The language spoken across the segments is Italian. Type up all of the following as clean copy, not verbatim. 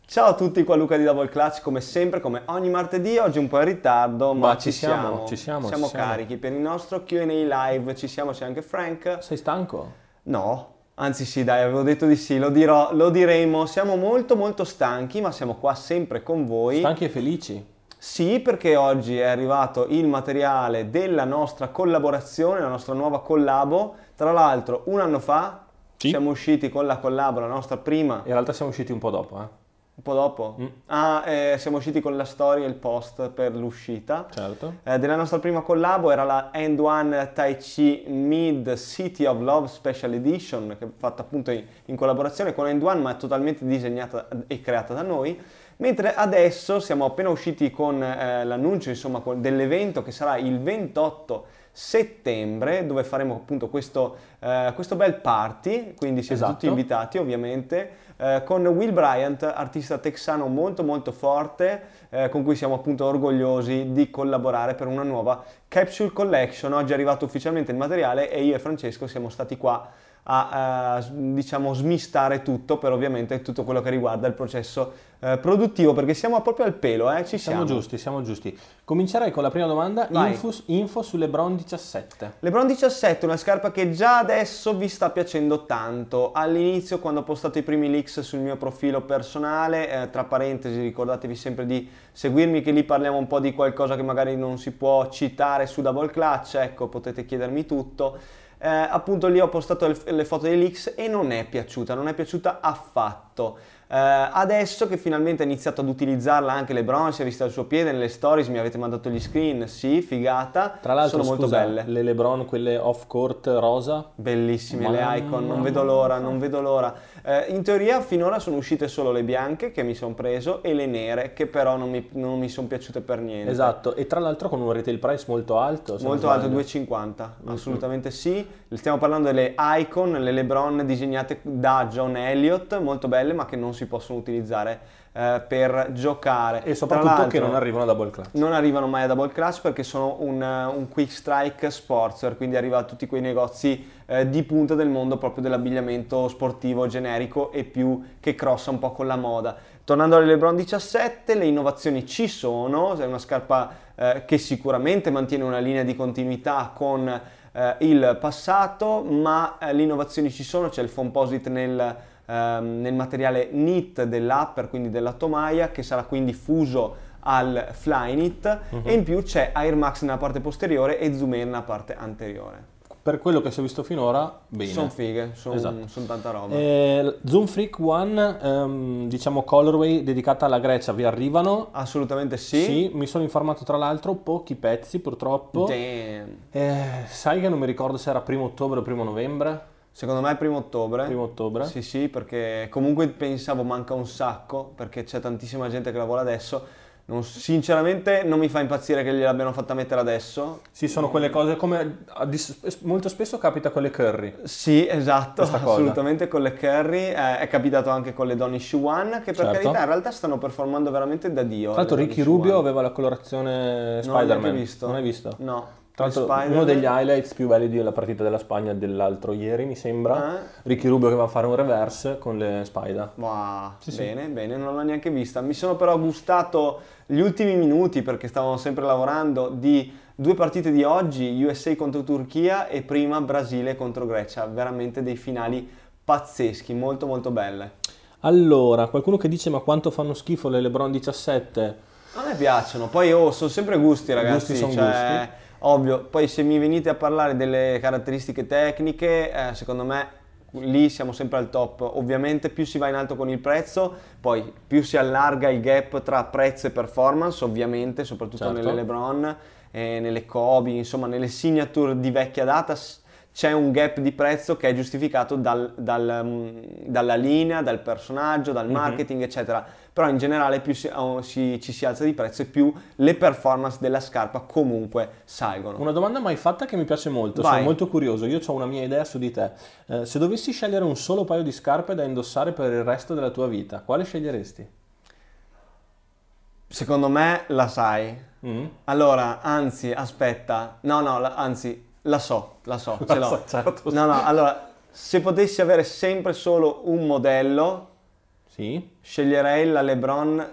Ciao a tutti, qua Luca di Double Clutch, come sempre, come ogni martedì, oggi un po' in ritardo, ma ci siamo carichi per il nostro Q&A live, c'è anche Frank. Sei stanco? No, anzi sì dai, avevo detto di sì, lo diremo, siamo molto stanchi, ma siamo qua sempre con voi. Stanchi e felici? Sì, perché oggi è arrivato il materiale della nostra collaborazione, la nostra nuova collabo, tra l'altro un anno fa siamo usciti con la collabo, la nostra prima. In realtà siamo usciti un po' dopo, Un po' dopo? Siamo usciti con la storia e il post per l'uscita. Certo. Della nostra prima collabo era la End One Tai Chi Mid City of Love Special Edition, che è fatta appunto in collaborazione con End One, ma è totalmente disegnata e creata da noi. Mentre adesso siamo appena usciti con l'annuncio, insomma, dell'evento che sarà il 28 settembre, dove faremo appunto questo bel party, quindi siete tutti invitati ovviamente, con Will Bryant, artista texano molto forte, con cui siamo appunto orgogliosi di collaborare per una nuova Capsule Collection. Oggi è arrivato ufficialmente il materiale e io e Francesco siamo stati qua a diciamo smistare tutto, per ovviamente tutto quello che riguarda il processo produttivo, perché siamo proprio al pelo, siamo giusti. Comincerei con la prima domanda. Info su LeBron 17. LeBron 17, una scarpa che già adesso vi sta piacendo tanto. All'inizio, quando ho postato i primi leaks sul mio profilo personale, tra parentesi ricordatevi sempre di seguirmi, che lì parliamo un po' di qualcosa che magari non si può citare su Double Clutch, ecco, potete chiedermi tutto. Appunto lì ho postato le foto dei leaks e non è piaciuta affatto. Adesso che finalmente ha iniziato ad utilizzarla anche LeBron, si è vista il suo piede nelle stories, mi avete mandato gli screen, sì, figata. Tra l'altro, sono molto belle. Le LeBron, quelle off-court rosa, bellissime, le Icon, non vedo l'ora. In teoria finora sono uscite solo le bianche che mi sono preso e le nere che però non mi sono piaciute per niente. Esatto, e tra l'altro con un retail price molto alto. Molto alto, 2,50, assolutamente sì. Stiamo parlando delle Icon, le LeBron disegnate da John Elliott, molto belle ma che non si possono utilizzare per giocare. E soprattutto che non arrivano a Double Clutch. Non arrivano mai a Double Clutch perché sono un Quick Strike Sportswear, quindi arriva a tutti quei negozi di punta del mondo proprio dell'abbigliamento sportivo generico e più che crossa un po' con la moda. Tornando alle LeBron 17, le innovazioni ci sono, è una scarpa che sicuramente mantiene una linea di continuità con il passato, ma le innovazioni ci sono, c'è il Foamposite nel materiale knit dell'upper, quindi della tomaia, che sarà quindi fuso al Flyknit, e in più c'è Air Max nella parte posteriore e Zoom Air nella parte anteriore. Per quello che si è visto finora, bene. Sono fighe, sono tanta roba. Zoom Freak One, diciamo colorway dedicata alla Grecia, vi arrivano? Assolutamente sì. Sì, mi sono informato tra l'altro, pochi pezzi purtroppo. Damn. Sai che non mi ricordo se era 1 ottobre o 1 novembre? Secondo me è 1 ottobre. 1 ottobre? Sì, perché comunque pensavo manca un sacco, perché c'è tantissima gente che lavora adesso. Sinceramente non mi fa impazzire che gliel'abbiano fatta mettere adesso. Sì, sono quelle cose come molto spesso capita con le curry. Sì, esatto, assolutamente con le curry. È capitato anche con le Donish One, che per carità in realtà stanno performando veramente da Dio. Tra l'altro Ricky Rubio aveva la colorazione Spider-Man. Non l'ho visto. Non hai visto? No. Tra l'altro uno degli highlights più belli della partita della Spagna dell'altro ieri, mi sembra, Ricky Rubio che va a fare un reverse con le Spider. Wow, bene, non l'ho neanche vista. Mi sono però gustato gli ultimi minuti, perché stavamo sempre lavorando, di 2 partite di oggi, USA contro Turchia e prima Brasile contro Grecia, veramente dei finali pazzeschi, molto belle. Allora, qualcuno che dice ma quanto fanno schifo le LeBron 17? A me piacciono, poi sono sempre gusti, ragazzi, Gusti sono gusti. Ovvio. Poi se mi venite a parlare delle caratteristiche tecniche, secondo me lì siamo sempre al top. Ovviamente più si va in alto con il prezzo, poi più si allarga il gap tra prezzo e performance, ovviamente, soprattutto nelle LeBron, nelle Kobe, insomma nelle signature di vecchia data c'è un gap di prezzo che è giustificato dalla linea, dal personaggio, dal marketing, eccetera. Però in generale più ci si alza di prezzo e più le performance della scarpa comunque salgono. Una domanda mai fatta che mi piace molto, sono molto curioso, io ho una mia idea su di te. Se dovessi scegliere un solo paio di scarpe da indossare per il resto della tua vita, quale sceglieresti? Secondo me la sai. Allora, anzi, aspetta, anzi, la so, ce l'ho. Certo. Allora, se potessi avere sempre solo un modello, Sì. Sceglierei la LeBron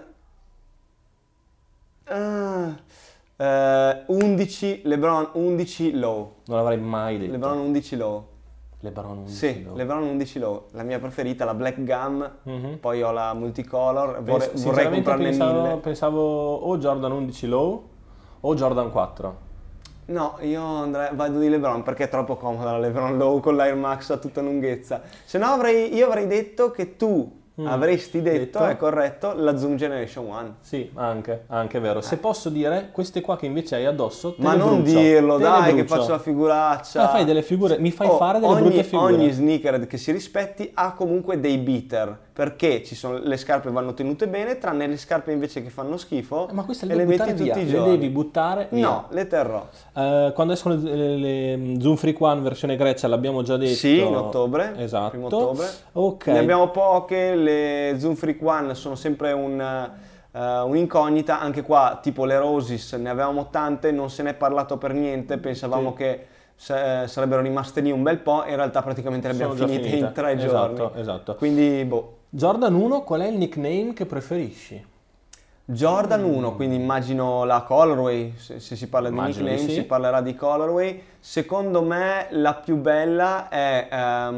11, LeBron 11 low. Non l'avrei mai detto. LeBron 11 low. LeBron 11 Sì, low. LeBron 11 low. La mia preferita, la Black Gum, poi ho la Multicolor, vorrei Sinceramente comprarne 1000. pensavo o Jordan 11 low o Jordan 4. No, io vado di LeBron perché è troppo comoda la LeBron low con l'Air Max a tutta lunghezza. Se no io avrei detto che tu avresti detto, è corretto, la Zoom Generation 1. Sì, anche è vero. Se posso dire, queste qua che invece hai addosso, Ma non dirlo, dai, che faccio la figuraccia. Fai delle figure, mi fai fare delle brutte figure. Ogni sneaker che si rispetti ha comunque dei beater, perché le scarpe vanno tenute bene, tranne le scarpe invece che fanno schifo. Ma queste le metti tutti i giorni. Le devi buttare via. No, le terrò. Quando escono le Zoom Freak One versione Grecia, l'abbiamo già detto. Sì, in ottobre. Esatto. Primo ottobre. Ok. Ne abbiamo poche, le Zoom Freak One sono sempre un'incognita, anche qua tipo le Roses ne avevamo tante, non se n'è parlato per niente, pensavamo che sarebbero rimaste lì un bel po', in realtà praticamente le abbiamo finite in 3 giorni. Esatto. Quindi Jordan 1, qual è il nickname che preferisci? Jordan 1, quindi immagino la colorway, se si parla di nickname si parlerà di colorway. Secondo me la più bella è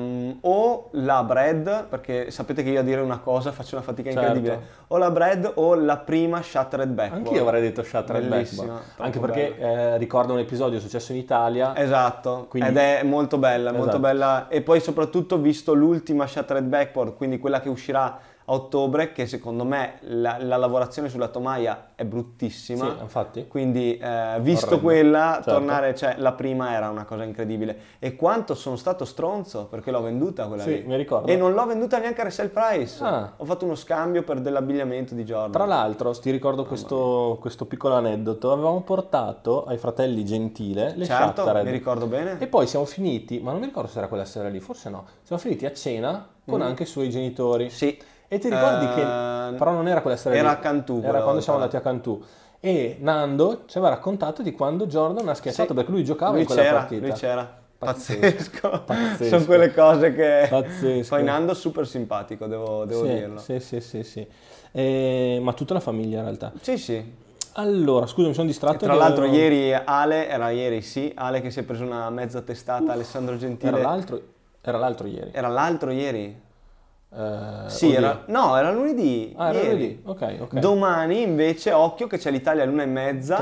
o la Bread, perché sapete che io a dire una cosa faccio una fatica incredibile, o la Bread o la prima Shattered Backboard. Anch'io avrei detto Shattered Backboard, anche perché ricordo un episodio successo in Italia. Esatto, quindi... ed è molto bella, molto bella, e poi soprattutto visto l'ultima Shattered Backboard, quindi quella che uscirà a ottobre, che secondo me la lavorazione sulla tomaia è bruttissima. Sì, infatti. Quindi visto quella, tornare, cioè la prima era una cosa incredibile. E quanto sono stato stronzo, perché l'ho venduta quella lì. Mi ricordo. E non l'ho venduta neanche a resale price. Ho fatto uno scambio per dell'abbigliamento di Jordan. Tra l'altro, ti ricordo questo piccolo aneddoto, avevamo portato ai fratelli Gentile le Shattered. Mi ricordo bene. E poi siamo finiti, ma non mi ricordo se era quella sera lì, forse no. Siamo finiti a cena con anche i suoi genitori. Sì. E ti ricordi che però non era quella sera era lì, a Cantù, era quando siamo andati a Cantù, e Nando ci aveva raccontato di quando Jordan ha schiacciato, perché lui giocava in quella partita. Lui c'era. Pazzesco. Sono quelle cose che... Pazzesco. Poi Nando super simpatico, devo dirlo. Sì. Ma tutta la famiglia in realtà. Sì. Allora, scusa, mi sono distratto. Tra l'altro ieri Ale che si è preso una mezza testata, Alessandro Gentile. Era l'altro ieri. Era l'altro ieri? Sì, era lunedì. Era lunedì, ok. Domani invece, occhio che c'è l'Italia all'1:30.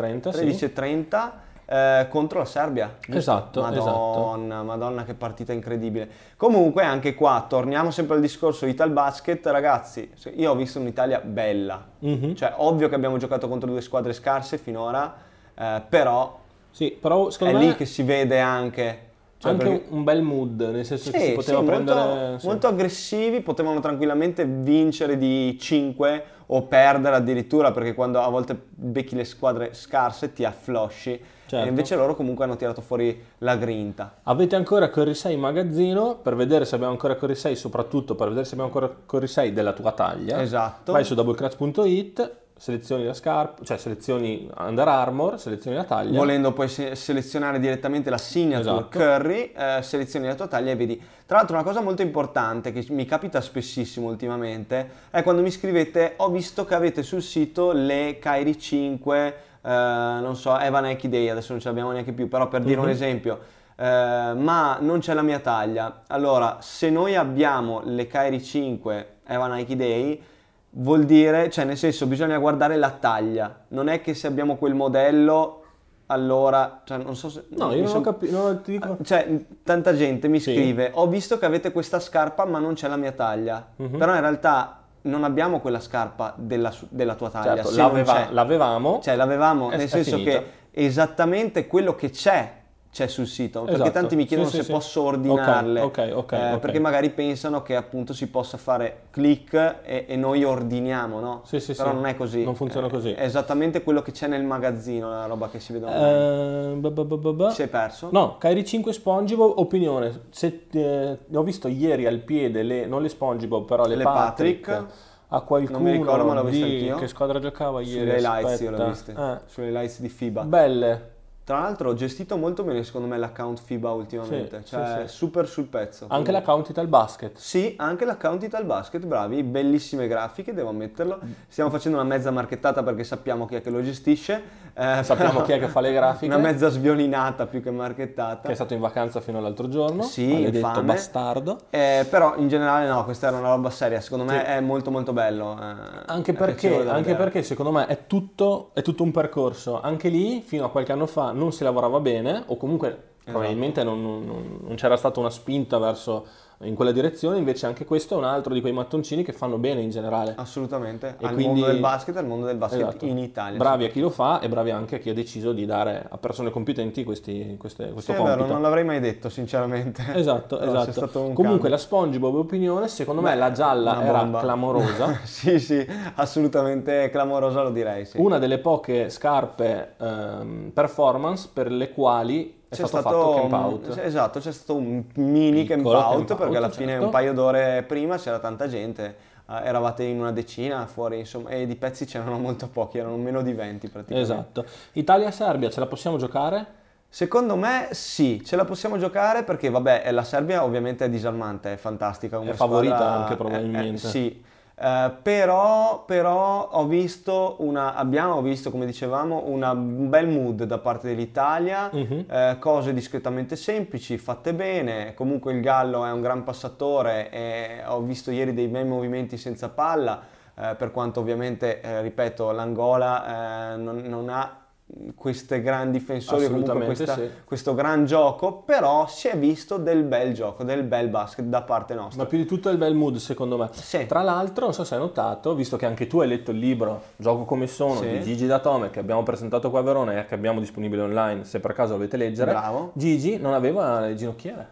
13:30 contro la Serbia. Esatto. Madonna che partita incredibile. Comunque anche qua torniamo sempre al discorso Italbasket, ragazzi. Io ho visto un'Italia bella. Cioè ovvio che abbiamo giocato contro 2 squadre scarse finora, però secondo è me lì che si vede anche un bel mood, nel senso che si poteva prendere... Molto aggressivi, potevano tranquillamente vincere di 5 o perdere addirittura, perché quando a volte becchi le squadre scarse ti afflosci. E invece loro comunque hanno tirato fuori la grinta. Avete ancora Curry 6 in magazzino per vedere se abbiamo ancora Curry 6, soprattutto per vedere se abbiamo ancora Curry 6 della tua taglia. Esatto. Vai su doublecrutch.it, selezioni la scarpa, cioè selezioni Under Armour, selezioni la taglia. Volendo poi selezionare direttamente la signature Curry, selezioni la tua taglia e vedi. Tra l'altro una cosa molto importante che mi capita spessissimo ultimamente è quando mi scrivete: ho visto che avete sul sito le Kyrie 5, non so, Evan Nike Day, adesso non ce l'abbiamo neanche più, però per dire un esempio, ma non c'è la mia taglia. Allora, se noi abbiamo le Kyrie 5 Evan Nike Day, vuol dire, cioè nel senso, bisogna guardare la taglia, non è che se abbiamo quel modello allora, cioè non so se... No, io non ho capito, ti dico... Cioè, tanta gente mi scrive: ho visto che avete questa scarpa ma non c'è la mia taglia, però in realtà non abbiamo quella scarpa della tua taglia. Certo, l'avevamo, nel senso che esattamente quello che c'è sul sito, perché tanti mi chiedono se posso ordinarle, perché magari pensano che appunto si possa fare click e noi ordiniamo, no? Però non è così. Non funziona così. È esattamente quello che c'è nel magazzino, la roba che si vede online. Si è perso? No, Kyrie 5 SpongeBob, opinione. Ho visto ieri al piede non le SpongeBob, però le Patrick. A qualcuno non mi ricordo, ma l'ho visto anch'io. Che squadra giocava ieri? Sulle highlights io l'ho viste. Sulle highlights di FIBA. Belle. Tra l'altro ho gestito molto bene secondo me l'account FIBA ultimamente, Sì, cioè sì. super sul pezzo. Anche l'account Italbasket. Sì, anche l'account Italbasket, bravi, bellissime grafiche, devo ammetterlo. Stiamo facendo una mezza marchettata perché sappiamo chi è che lo gestisce. Sappiamo chi è che fa le grafiche. Una mezza sviolinata più che marchettata. Che è stato in vacanza fino all'altro giorno. Sì, maledetto infame. bastardo. Però in generale no, questa era una roba seria, secondo me è molto molto bello. Anche perché secondo me è tutto un percorso. Anche lì, fino a qualche anno fa, non si lavorava bene, o comunque probabilmente non c'era stata una spinta verso in quella direzione, invece anche questo è un altro di quei mattoncini che fanno bene in generale. Assolutamente, E al quindi, mondo del basket esatto, in Italia. Bravi a chi lo fa e bravi anche a chi ha deciso di dare a persone competenti questo compito. È vero, non l'avrei mai detto sinceramente. Esatto, Però c'è esatto. stato un Comunque cambio. la SpongeBob opinione, secondo me la gialla una era bomba. clamorosa. Sì, assolutamente clamorosa lo direi, sì. Una delle poche scarpe performance per le quali è stato fatto camp out. Esatto, c'è stato un mini camp Piccolo out camp out, perché alla fine certo. un paio d'ore prima c'era tanta gente, eravate in una decina fuori, insomma, e di pezzi c'erano molto pochi, erano meno di 20 praticamente. Esatto. Italia-Serbia ce la possiamo giocare? Secondo me sì, ce la possiamo giocare perché vabbè, la Serbia ovviamente è disarmante, è fantastica. Come È favorita squadra, anche probabilmente. sì. Però abbiamo visto, come dicevamo, un bel mood da parte dell'Italia, cose discretamente semplici, fatte bene. Comunque il Gallo è un gran passatore e ho visto ieri dei bei movimenti senza palla, per quanto ovviamente, ripeto, l'Angola non ha questi gran difensori, comunque questo gran gioco, però si è visto del bel gioco, del bel basket da parte nostra. Ma più di tutto è il bel mood secondo me. Sì. Tra l'altro, non so se hai notato, visto che anche tu hai letto il libro Gioco come sono di Gigi D'Atome che abbiamo presentato qua a Verona e che abbiamo disponibile online se per caso volete leggere. Bravo. Gigi non aveva le ginocchiere.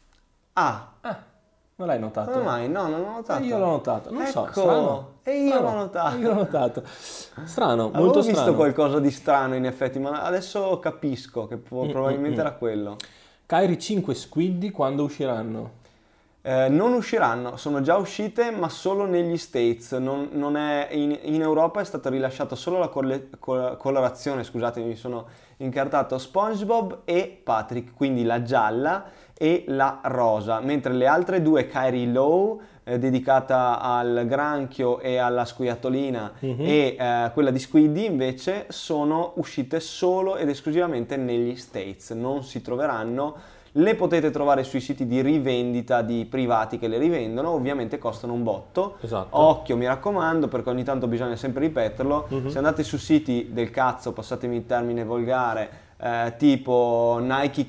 Non l'hai notato? Come mai? No, non l'ho notato. Io l'ho notato, non so, Ecco, strano. e io l'ho notato. Io l'ho notato. Strano, Avevo molto visto strano. qualcosa di strano in effetti, ma adesso capisco che probabilmente era quello. Kyrie 5 squiddi quando usciranno? Non usciranno, sono già uscite ma solo negli States, non è, in Europa è stata rilasciata solo la colorazione, scusatemi, mi sono incartato, SpongeBob e Patrick, quindi la gialla e la rosa, mentre le altre due, Kyrie Low, dedicata al granchio e alla scoiattolina, e quella di Squiddy invece sono uscite solo ed esclusivamente negli States, non si troveranno. Le potete trovare sui siti di rivendita di privati che le rivendono, ovviamente costano un botto. Esatto. Occhio, mi raccomando, perché ogni tanto bisogna sempre ripeterlo, se andate su siti del cazzo, passatemi il termine volgare, tipo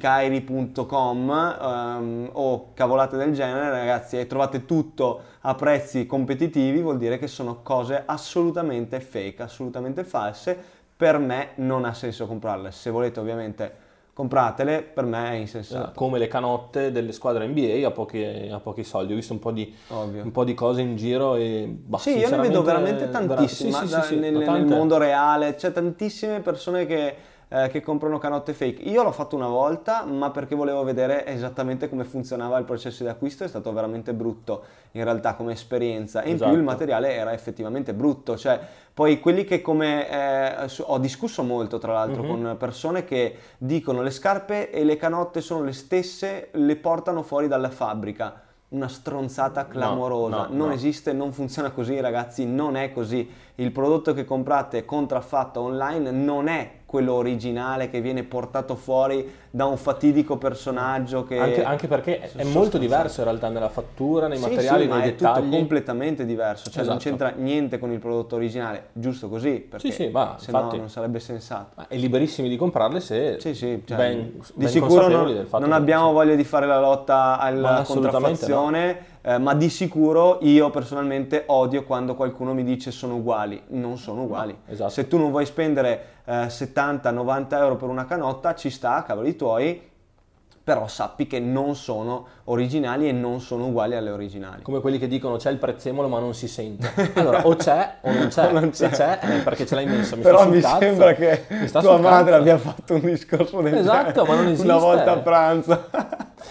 nikekyrie.com o cavolate del genere, ragazzi, e trovate tutto a prezzi competitivi, vuol dire che sono cose assolutamente fake, assolutamente false. Per me non ha senso comprarle. Se volete ovviamente compratele, per me è insensato. Come le canotte delle squadre NBA a pochi soldi. Ho visto un po' di cose in giro e sì, io ne vedo veramente tantissime nel mondo reale, c'è tantissime persone che comprano canotte fake. Io l'ho fatto una volta, ma perché volevo vedere esattamente come funzionava il processo di acquisto. È stato veramente brutto in realtà come esperienza, e in più il materiale era effettivamente brutto, cioè poi quelli che ho discusso molto tra l'altro con persone che dicono le scarpe e le canotte sono le stesse, le portano fuori dalla fabbrica. Una stronzata clamorosa, non esiste, non funziona così, ragazzi, non è così. Il prodotto che comprate contraffatto online non è quello originale che viene portato fuori da un fatidico personaggio che... Anche perché è molto diverso in realtà nella fattura, nei materiali, nei dettagli. È tutto completamente diverso, cioè non c'entra niente con il prodotto originale, giusto così, perché se no non sarebbe sensato. È liberissimi di comprarle se ben di sicuro consapevoli del fatto non abbiamo voglia di fare la lotta alla contraffazione, ma di sicuro io personalmente odio quando qualcuno mi dice sono uguali. Non sono uguali. Esatto. Se tu non vuoi spendere 70-90 euro per una canotta, ci sta, cavoli tuoi, però sappi che non sono originali e non sono uguali alle originali. Come quelli che dicono c'è il prezzemolo ma non si sente. Allora o c'è o non c'è. Se c'è è perché ce l'hai messo. Però mi sembra che tua madre abbia fatto un discorso del genere ma non esiste. Una volta a pranzo.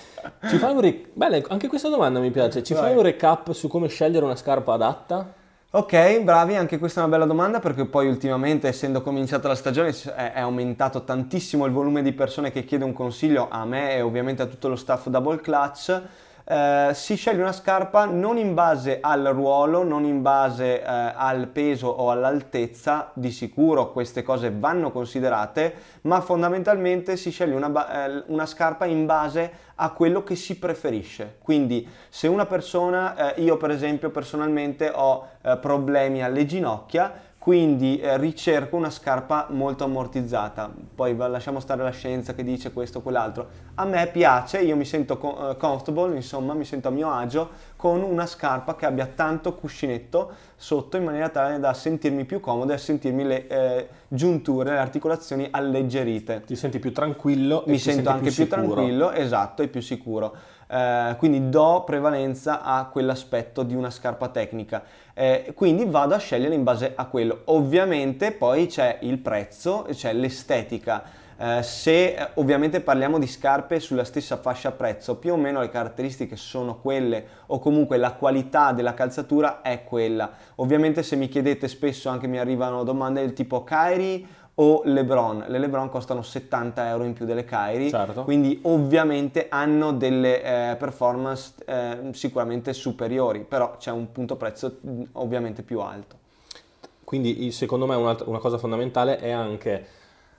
Ci fai bene, anche questa domanda mi piace. Ci fai un recap su come scegliere una scarpa adatta? Ok, bravi, anche questa è una bella domanda perché poi ultimamente, essendo cominciata la stagione, è aumentato tantissimo il volume di persone che chiede un consiglio a me e ovviamente a tutto lo staff Double Clutch. Si sceglie una scarpa non in base al ruolo, non in base al peso o all'altezza, di sicuro queste cose vanno considerate, ma fondamentalmente si sceglie una scarpa in base a quello che si preferisce. Quindi se una persona, io per esempio personalmente ho problemi alle ginocchia, quindi ricerco una scarpa molto ammortizzata, poi lasciamo stare la scienza che dice questo o quell'altro. A me piace, io mi sento comfortable, insomma mi sento a mio agio con una scarpa che abbia tanto cuscinetto sotto in maniera tale da sentirmi più comodo e sentirmi le giunture, le articolazioni alleggerite. Ti senti più tranquillo? Mi sento anche più tranquillo, esatto, e più sicuro. Quindi do prevalenza a quell'aspetto di una scarpa tecnica, quindi vado a scegliere in base a quello. Ovviamente poi c'è il prezzo, c'è l'estetica. Se ovviamente parliamo di scarpe sulla stessa fascia prezzo, più o meno le caratteristiche sono quelle, o comunque la qualità della calzatura è quella. Ovviamente se mi chiedete, spesso anche mi arrivano domande del tipo Kyrie o LeBron. Le LeBron costano 70 euro in più delle Kyrie, certo. Quindi ovviamente hanno delle performance sicuramente superiori, però c'è un punto prezzo ovviamente più alto. Quindi secondo me una cosa fondamentale è anche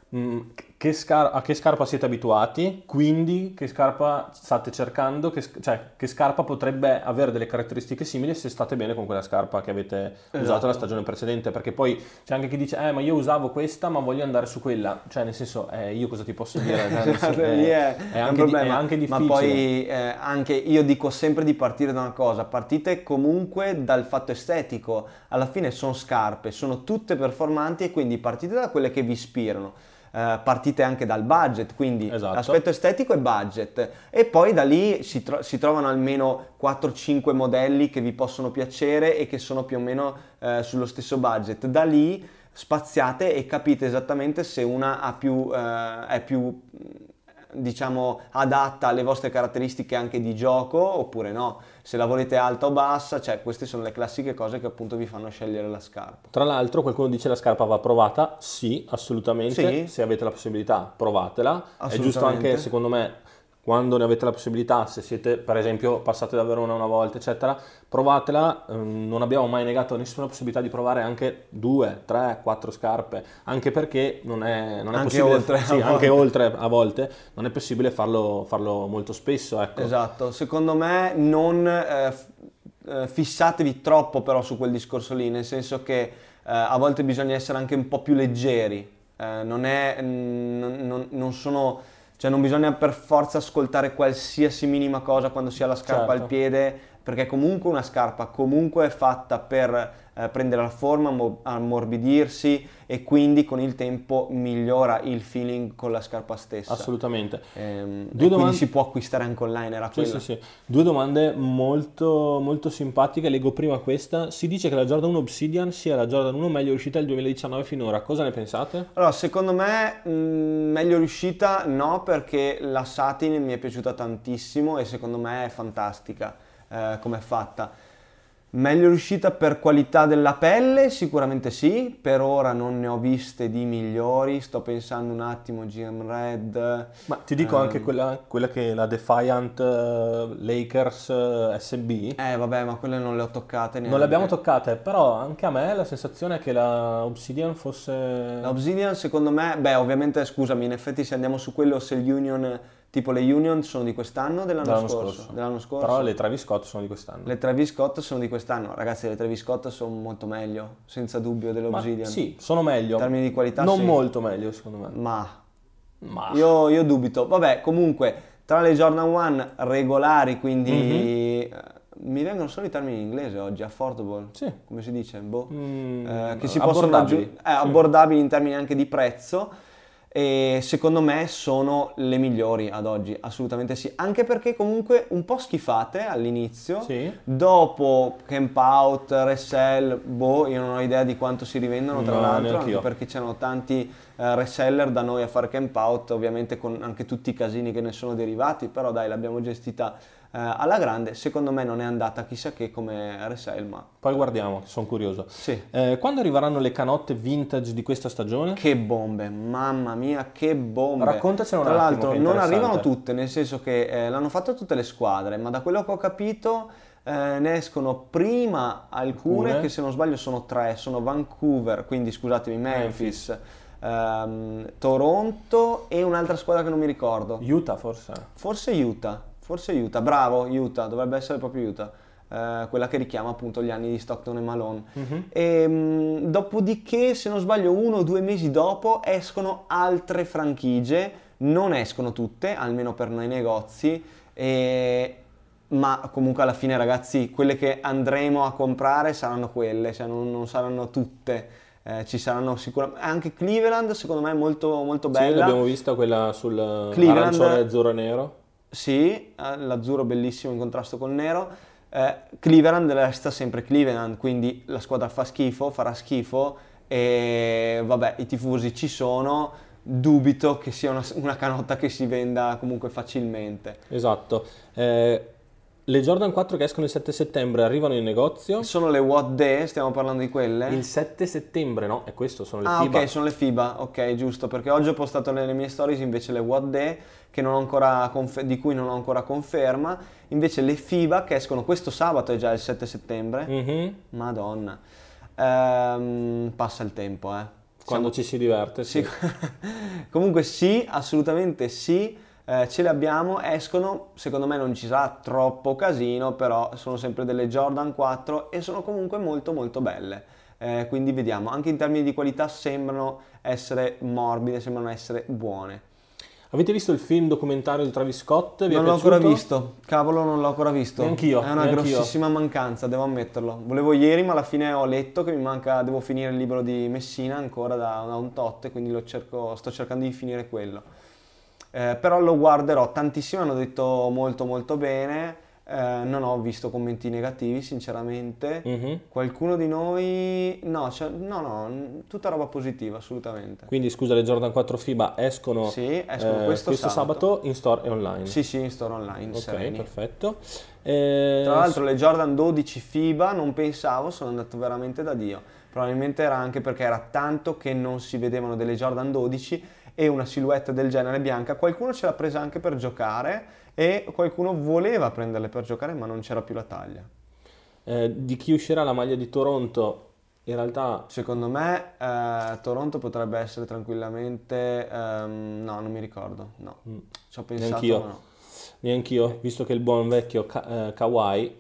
a che scarpa siete abituati, quindi che scarpa state cercando, che scarpa potrebbe avere delle caratteristiche simili se state bene con quella scarpa che avete usato la stagione precedente, perché poi c'è anche chi dice ma io usavo questa ma voglio andare su quella, cioè nel senso io cosa ti posso dire? È anche un problema, è anche difficile. Ma poi anche io dico sempre di partire da una cosa, partite comunque dal fatto estetico, alla fine sono scarpe, sono tutte performanti e quindi partite da quelle che vi ispirano. Partite anche dal budget, quindi esatto. L'aspetto estetico è budget e poi da lì si trovano almeno 4-5 modelli che vi possono piacere e che sono più o meno sullo stesso budget. Da lì spaziate e capite esattamente se una è più diciamo adatta alle vostre caratteristiche anche di gioco oppure no, se la volete alta o bassa, cioè queste sono le classiche cose che appunto vi fanno scegliere la scarpa. Tra l'altro qualcuno dice la scarpa va provata, sì, assolutamente, sì, se avete la possibilità provatela, è giusto anche secondo me quando ne avete la possibilità, se siete per esempio passate da Verona una volta eccetera, provatela, non abbiamo mai negato nessuna possibilità di provare anche 2, 3, 4 scarpe, anche perché non è anche possibile, anche oltre a volte, non è possibile farlo molto spesso. Ecco. Esatto, secondo me non fissatevi troppo però su quel discorso lì, nel senso che a volte bisogna essere anche un po' più leggeri, cioè non bisogna per forza ascoltare qualsiasi minima cosa quando si ha la scarpa al piede, perché comunque una scarpa comunque è fatta per prendere la forma, ammorbidirsi e quindi con il tempo migliora il feeling con la scarpa stessa. Assolutamente. Quindi si può acquistare anche online, era quella. Sì. 2 domande molto, molto simpatiche, leggo prima questa. Si dice che la Jordan 1 Obsidian sia la Jordan 1 meglio riuscita del 2019 finora, cosa ne pensate? Allora, secondo me meglio riuscita no, perché la satin mi è piaciuta tantissimo e secondo me è fantastica come è fatta. Meglio riuscita per qualità della pelle? Sicuramente sì, per ora non ne ho viste di migliori, sto pensando un attimo GM Red. Ma ti dico anche quella che è la Defiant Lakers SB. Vabbè, ma quelle non le ho toccate neanche. Non le abbiamo toccate, però anche a me la sensazione è che la Obsidian fosse... La Obsidian secondo me, ovviamente scusami, in effetti se andiamo su quello, se il Union... Tipo le Union sono di quest'anno o dell'anno scorso? Dell'anno scorso. Però le Travis Scott sono di quest'anno. Le Travis Scott sono di quest'anno. Ragazzi, le Travis Scott sono molto meglio, senza dubbio, delle Obsidian. Sì, sono meglio. In termini di qualità non sì. molto meglio, secondo me. Ma. Io dubito. Vabbè, comunque, tra le Jordan 1 regolari, quindi... mi vengono solo i termini in inglese oggi, affordable, sì. Come si dice? Che si possono abbordabili in termini anche di prezzo. E secondo me sono le migliori ad oggi, assolutamente sì, anche perché comunque un po' schifate all'inizio, sì. Dopo Camp Out, Resell, io non ho idea di quanto si rivendono tra l'altro, anche perché c'erano tanti reseller da noi a fare Camp Out, ovviamente con anche tutti i casini che ne sono derivati, però dai, l'abbiamo gestita alla grande. Secondo me non è andata chissà che come resale, ma poi guardiamo, sono curioso. sì. Quando arriveranno le canotte vintage di questa stagione? Che bombe, mamma mia, che bombe. Raccontacene un Tra attimo, l'altro che è non interessante. arrivano tutte, nel senso che l'hanno fatto tutte le squadre, ma da quello che ho capito ne escono prima alcune che se non sbaglio sono 3, sono Vancouver, quindi scusatemi, Memphis, Toronto e un'altra squadra che non mi ricordo. Utah forse? Forse Utah, bravo, Utah, dovrebbe essere proprio Utah. Quella che richiama appunto gli anni di Stockton e Malone. E, dopodiché, se non sbaglio, 1 o 2 mesi dopo escono altre franchigie, non escono tutte, almeno per noi negozi, ma comunque alla fine, ragazzi, quelle che andremo a comprare saranno quelle, cioè non saranno tutte. Ci saranno sicuramente anche Cleveland, secondo me è molto, molto bella. Sì, l'abbiamo vista quella sul Cleveland, arancione, azzurro e nero. Sì, l'azzurro bellissimo in contrasto col nero. Cleveland resta sempre Cleveland, quindi la squadra fa schifo, farà schifo e vabbè, i tifosi ci sono, dubito che sia una canotta che si venda comunque facilmente. Esatto. Le Jordan 4 che escono il 7 settembre arrivano in negozio. Sono le What Day, stiamo parlando di quelle? Il 7 settembre, no? E questo sono le FIBA. Ok, sono le FIBA, ok, giusto, perché oggi ho postato nelle mie stories invece le What Day, che non ho ancora di cui non ho ancora conferma, invece le FIBA che escono questo sabato, è già il 7 settembre, Madonna, passa il tempo, Quando ci si diverte, sì. Comunque sì, assolutamente sì. Ce le abbiamo, escono, secondo me non ci sarà troppo casino, però sono sempre delle Jordan 4 e sono comunque molto molto belle, quindi vediamo, anche in termini di qualità sembrano essere morbide, sembrano essere buone. Avete visto il film documentario di Travis Scott? Non l'ho ancora visto, cavolo, non l'ho ancora visto. Neanch'io. È una grossissima mancanza, devo ammetterlo. Volevo ieri, ma alla fine ho letto che mi manca, devo finire il libro di Messina ancora da un tot, quindi sto cercando di finire quello. Però lo guarderò, tantissimi hanno detto molto molto bene, non ho visto commenti negativi sinceramente, qualcuno di noi, no, tutta roba positiva assolutamente. Quindi scusa, le Jordan 4 FIBA escono, questo sabato in store e online? Sì, in store online, ok, sereni. Perfetto. Tra l'altro le Jordan 12 FIBA non pensavo, sono andato veramente da Dio, probabilmente era anche perché era tanto che non si vedevano delle Jordan 12 e una silhouette del genere bianca, qualcuno ce l'ha presa anche per giocare e qualcuno voleva prenderle per giocare ma non c'era più la taglia. Di chi uscirà la maglia di Toronto? In realtà secondo me Toronto potrebbe essere tranquillamente, no, non mi ricordo, no, ci ho pensato. Neanch'io, ma no. Neanch'io, visto che il buon vecchio Kawhi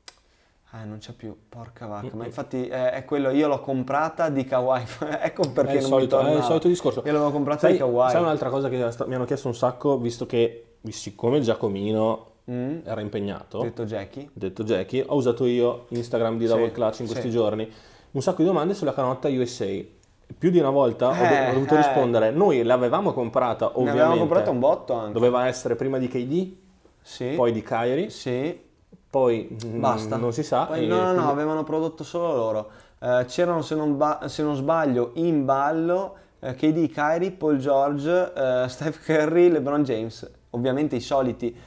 non c'è più, porca vacca, ma infatti è quello, io l'ho comprata di Kawhi, ecco perché non mi tornava. È il solito discorso. Io l'avevo comprata di Kawhi. Sai un'altra cosa che mi hanno chiesto un sacco, visto che siccome Giacomino era impegnato, detto Jackie, ho usato io Instagram di Double Clutch in questi giorni, un sacco di domande sulla canotta USA. Più di una volta ho dovuto rispondere, noi l'avevamo comprata ovviamente. Ne avevamo comprata un botto anche. Doveva essere prima di KD, poi di Kyrie. Poi basta, non si sa. Poi, no, avevano prodotto solo loro. C'erano, se non sbaglio, in ballo KD, Kyrie, Paul George, Steph Curry, LeBron James. Ovviamente i soliti,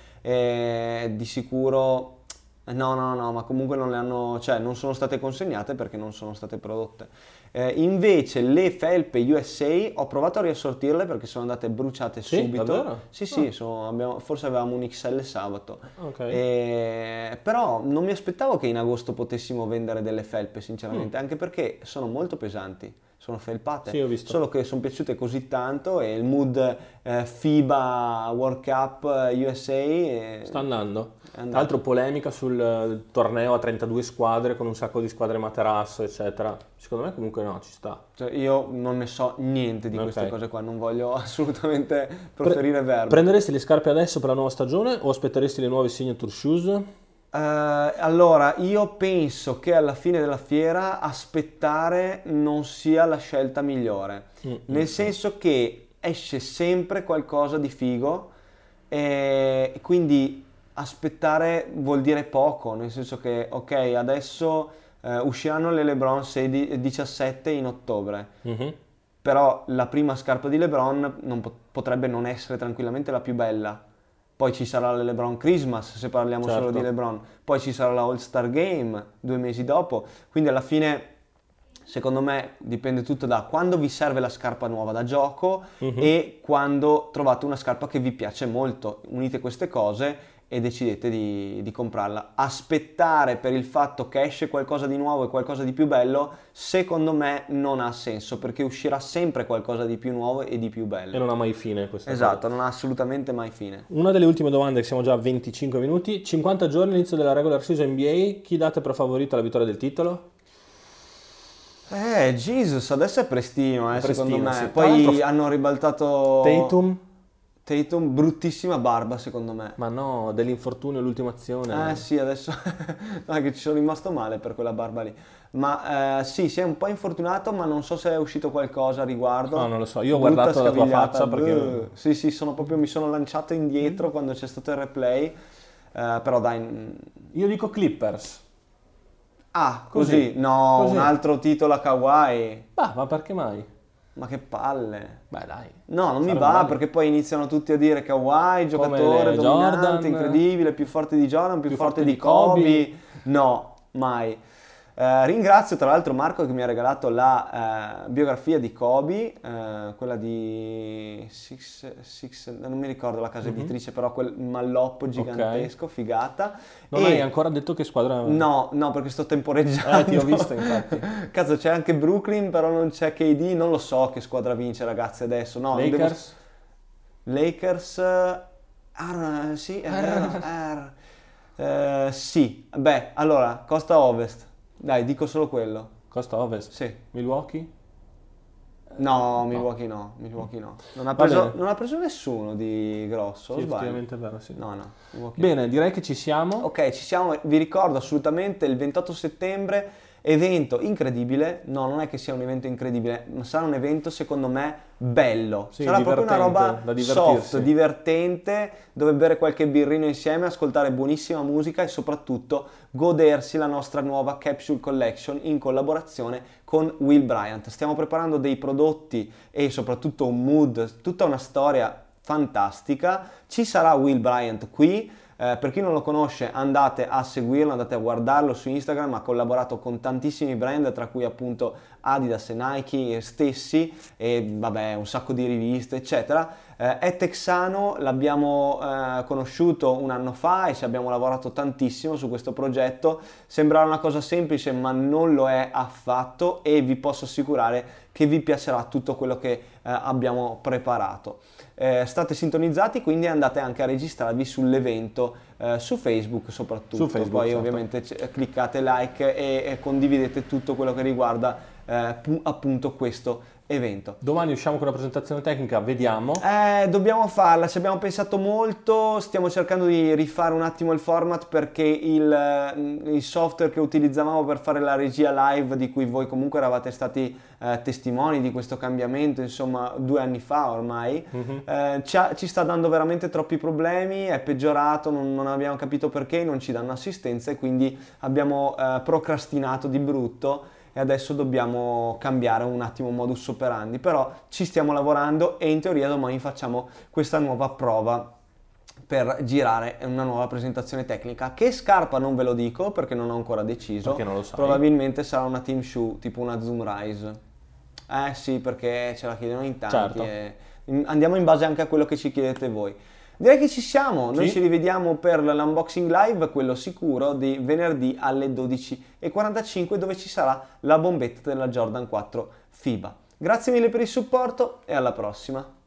di sicuro. No, ma comunque non le hanno, cioè non sono state consegnate perché non sono state prodotte. Invece le felpe USA ho provato a riassortirle perché sono andate bruciate subito. Davvero? Sì, forse avevamo un XL sabato. Okay. Però non mi aspettavo che in agosto potessimo vendere delle felpe, sinceramente, anche perché sono molto pesanti. Sono felpate, sì, ho visto. Solo che sono piaciute così tanto e il mood FIBA World Cup USA sta andando. Tra l'altro polemica sul torneo a 32 squadre con un sacco di squadre materasso eccetera. Secondo me comunque no, ci sta. Cioè, io non ne so niente di queste cose qua, non voglio assolutamente proferire verbo. Prenderesti le scarpe adesso per la nuova stagione o aspetteresti le nuove signature shoes? Allora, io penso che alla fine della fiera aspettare non sia la scelta migliore, nel senso che esce sempre qualcosa di figo e quindi aspettare vuol dire poco, nel senso che ok, adesso usciranno le LeBron 17 in ottobre, però la prima scarpa di LeBron potrebbe non essere tranquillamente la più bella. poi ci sarà la LeBron Christmas se parliamo solo di LeBron, poi ci sarà la All-Star Game 2 mesi dopo, quindi alla fine secondo me dipende tutto da quando vi serve la scarpa nuova da gioco e quando trovate una scarpa che vi piace molto, unite queste cose e decidete di comprarla. Aspettare per il fatto che esce qualcosa di nuovo e qualcosa di più bello, secondo me non ha senso, perché uscirà sempre qualcosa di più nuovo e di più bello. E non ha mai fine questa Esatto, cosa. non ha assolutamente mai fine. Una delle ultime domande, che siamo già a 25 minuti, 50 giorni all'inizio della regular season NBA, chi date per favorito alla vittoria del titolo? Jesus, adesso è prestino, secondo me. Sì. Poi hanno ribaltato Tatum, bruttissima barba secondo me. Ma no, dell'infortunio, l'ultima azione. Sì, adesso no, che ci sono rimasto male per quella barba lì. Ma sì, si è un po' infortunato, ma non so se è uscito qualcosa a riguardo. No, non lo so, io ho guardato la tua faccia perché... Sì, mi sono lanciato indietro quando c'è stato il replay, però dai... Io dico Clippers. Così? No, Così. Un altro titolo a Kawhi. Ma perché mai? Ma che palle. Beh dai. No, non mi va perché poi iniziano tutti a dire Kawhi, giocatore dominante, Jordan, incredibile, più forte di Jordan, più forte di Kobe. No, mai. Ringrazio tra l'altro Marco che mi ha regalato la biografia di Kobe, quella di non mi ricordo la casa editrice, però quel malloppo gigantesco, figata. Non hai ancora detto che squadra... No, perché sto temporeggiando. Ti ho visto infatti. Cazzo, c'è anche Brooklyn, però non c'è KD, non lo so che squadra vince ragazzi adesso. No, Lakers? Lakers... sì, beh, allora, costa ovest. Dai, dico solo quello. Costa ovest? Sì. Milwaukee? No, Milwaukee no. Non ha preso nessuno di grosso, sì, o sbaglio? effettivamente è vero, sì. No. Bene, direi che ci siamo. Ok, ci siamo. Vi ricordo assolutamente il 28 settembre, evento incredibile. No, non è che sia un evento incredibile, ma sarà un evento secondo me bello. Sì, sarà proprio una roba da soft, divertente, dove bere qualche birrino insieme, ascoltare buonissima musica e soprattutto godersi la nostra nuova Capsule Collection in collaborazione con Will Bryant. Stiamo preparando dei prodotti e soprattutto un mood, tutta una storia fantastica. Ci sarà Will Bryant qui. Per chi non lo conosce andate a seguirlo, andate a guardarlo su Instagram, ha collaborato con tantissimi brand tra cui appunto Adidas e Nike stessi e vabbè un sacco di riviste eccetera. È texano, l'abbiamo conosciuto un anno fa e ci abbiamo lavorato tantissimo su questo progetto. Sembrerà una cosa semplice ma non lo è affatto e vi posso assicurare che vi piacerà tutto quello che abbiamo preparato. State sintonizzati, quindi andate anche a registrarvi sull'evento su Facebook soprattutto. Su Facebook, poi certo. Ovviamente cliccate like e condividete tutto quello che riguarda appunto questo evento. Domani usciamo con una presentazione tecnica, vediamo. Dobbiamo farla, ci abbiamo pensato molto, stiamo cercando di rifare un attimo il format perché il software che utilizzavamo per fare la regia live, di cui voi comunque eravate stati testimoni di questo cambiamento, insomma 2 anni fa ormai, ci sta dando veramente troppi problemi, è peggiorato, non abbiamo capito perché, non ci danno assistenza e quindi abbiamo procrastinato di brutto. E adesso dobbiamo cambiare un attimo modus operandi, però ci stiamo lavorando e in teoria domani facciamo questa nuova prova per girare una nuova presentazione tecnica. Che scarpa non ve lo dico perché non ho ancora deciso, perché non lo sai. Probabilmente sarà una team shoe tipo una Zoom Rise. Sì, perché ce la chiedono in tanti, certo. E andiamo in base anche a quello che ci chiedete voi. Direi che ci siamo, noi ci rivediamo per l'unboxing live, quello sicuro, di venerdì alle 12:45 dove ci sarà la bombetta della Jordan 4 FIBA. Grazie mille per il supporto e alla prossima!